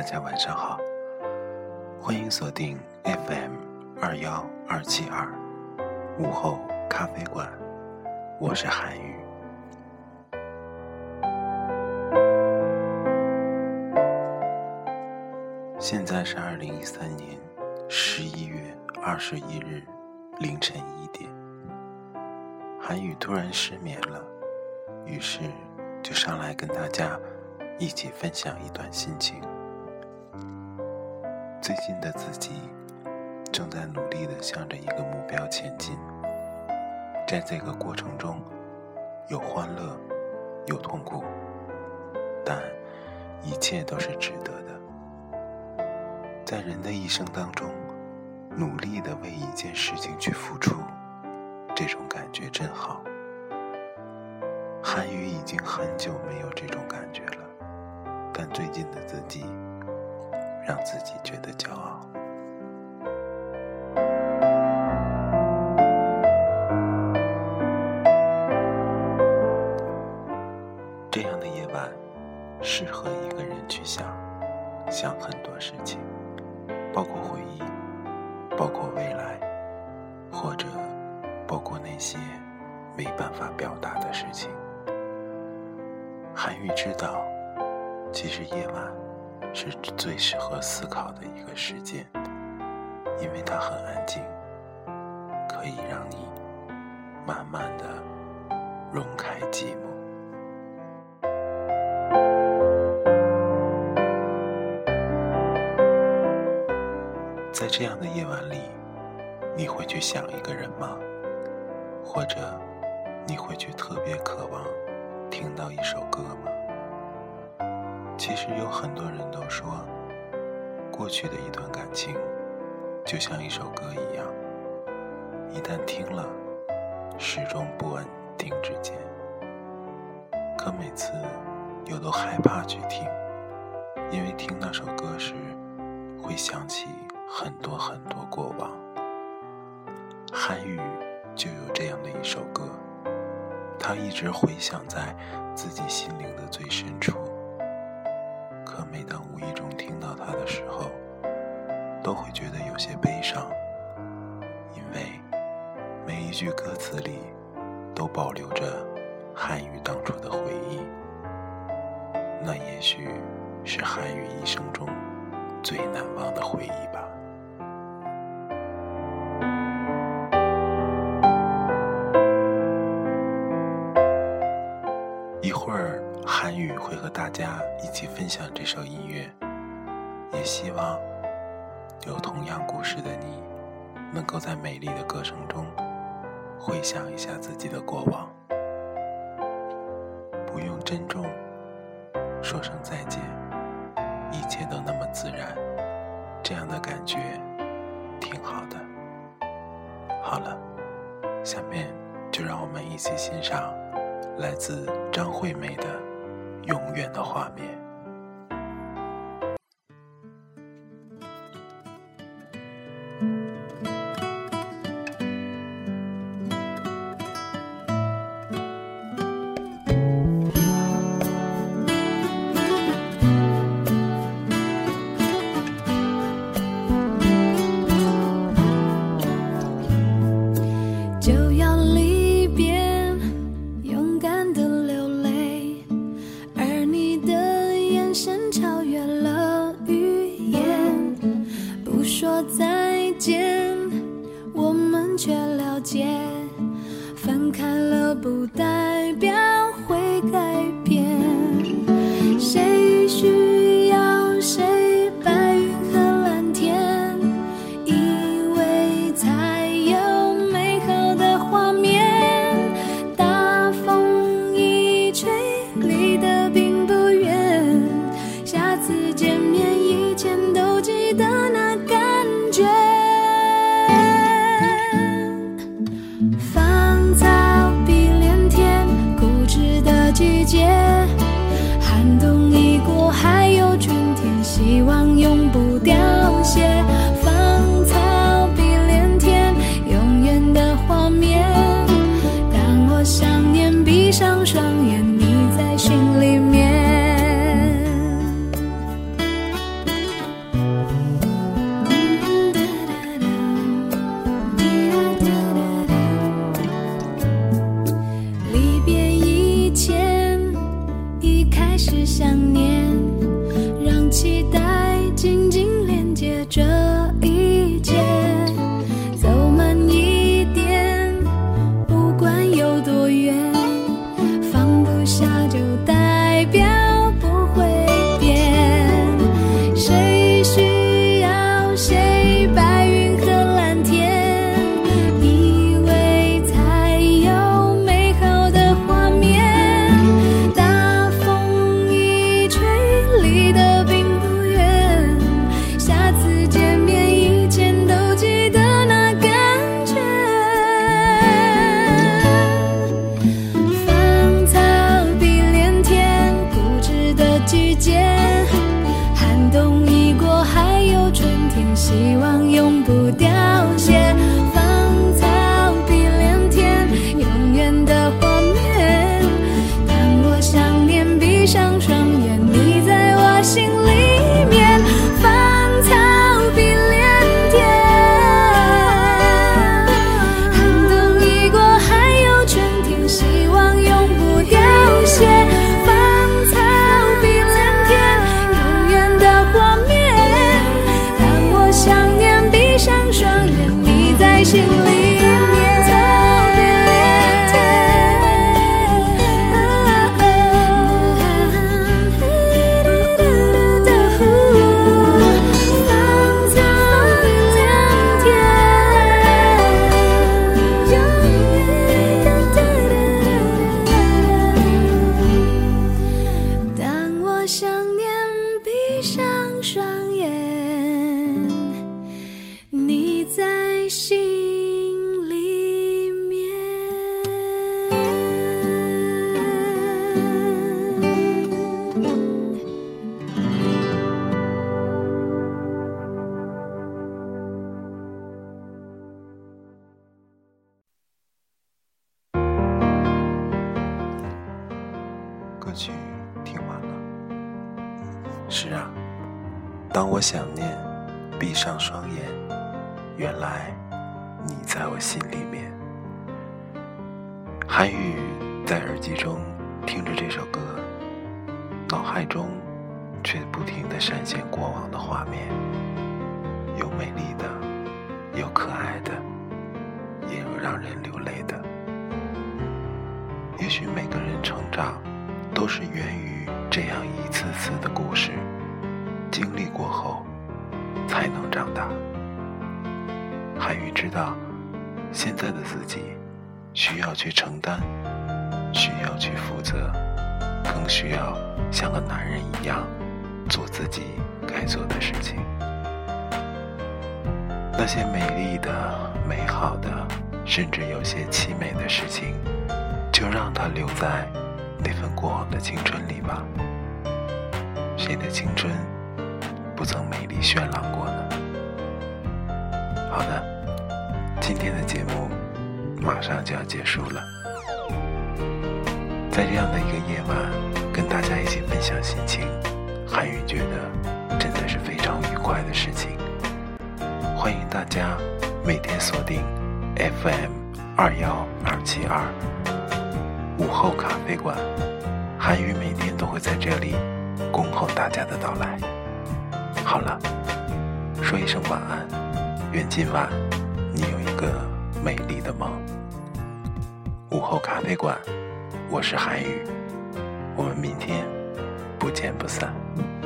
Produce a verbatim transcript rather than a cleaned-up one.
大家晚上好，欢迎锁定 F M 二一二七二午后咖啡馆，我是韩宇。现在是二零一三年十一月二十一日凌晨一点，韩宇突然失眠了，于是就上来跟大家一起分享一段心情。最近的自己正在努力地向着一个目标前进，在这个过程中有欢乐有痛苦，但一切都是值得的。在人的一生当中，努力地为一件事情去付出，这种感觉真好。韩语已经很久没有这种感觉了，但最近的自己让自己觉得骄傲。这样的夜晚适合一个人去想想很多事情，包括回忆，包括未来，或者包括那些没办法表达的事情。韩愈知道，其实夜晚是最适合思考的一个时间，因为它很安静，可以让你慢慢地融开寂寞。在这样的夜晚里，你会去想一个人吗？或者你会去特别渴望听到一首歌吗？其实有很多人都说，过去的一段感情就像一首歌一样，一旦听了，始终不稳定之间。可每次又都害怕去听，因为听那首歌时会想起很多很多过往。韩愈就有这样的一首歌，他一直回响在自己心灵的最深处，可每当无意中听到它的时候，都会觉得有些悲伤，因为每一句歌词里都保留着韩愈当初的回忆，那也许是韩愈一生中最难忘的回忆吧。一会儿韩愈会和大家一起分享这首音乐，也希望有同样故事的你能够在美丽的歌声中回想一下自己的过往，不用珍重，说声再见，一切都那么自然，这样的感觉挺好的。好了，下面就让我们一起欣赏来自张惠妹的《永远的画面》。 就要离别，勇敢的流泪，而你的眼神超越了语言，不说再见，我们却了解，分开了不代表会改变，谁需要谁白云和蓝天，以为才有美好的画面，大风一吹，离得并不远，下次见面以前都记得那感觉，芳草碧连天，古在心里面特别恋歌曲听完了。是啊，当我想念，闭上双眼，原来你在我心里面。韩语在耳机中听着这首歌，脑海中却不停地闪现过往的画面，有美丽的，有可爱的，也有让人流泪的。也许每个人成长都是源于这样一次次的故事，经历过后才能长大。韩语知道现在的自己需要去承担，需要去负责，更需要像个男人一样做自己该做的事情。那些美丽的、美好的，甚至有些凄美的事情，就让它留在那份过往的青春里吧。谁的青春不曾美丽绚烂过呢？好的，今天的节目马上就要结束了。在这样的一个夜晚，跟大家一起分享心情，韩语觉得真的是非常愉快的事情。欢迎大家每天锁定 F M 二一二七二午后咖啡馆，韩语每天都会在这里恭候大家的到来。好了，说一声晚安，愿今晚你有一个美丽的梦。午后咖啡馆，我是韩语，我们明天不见不散。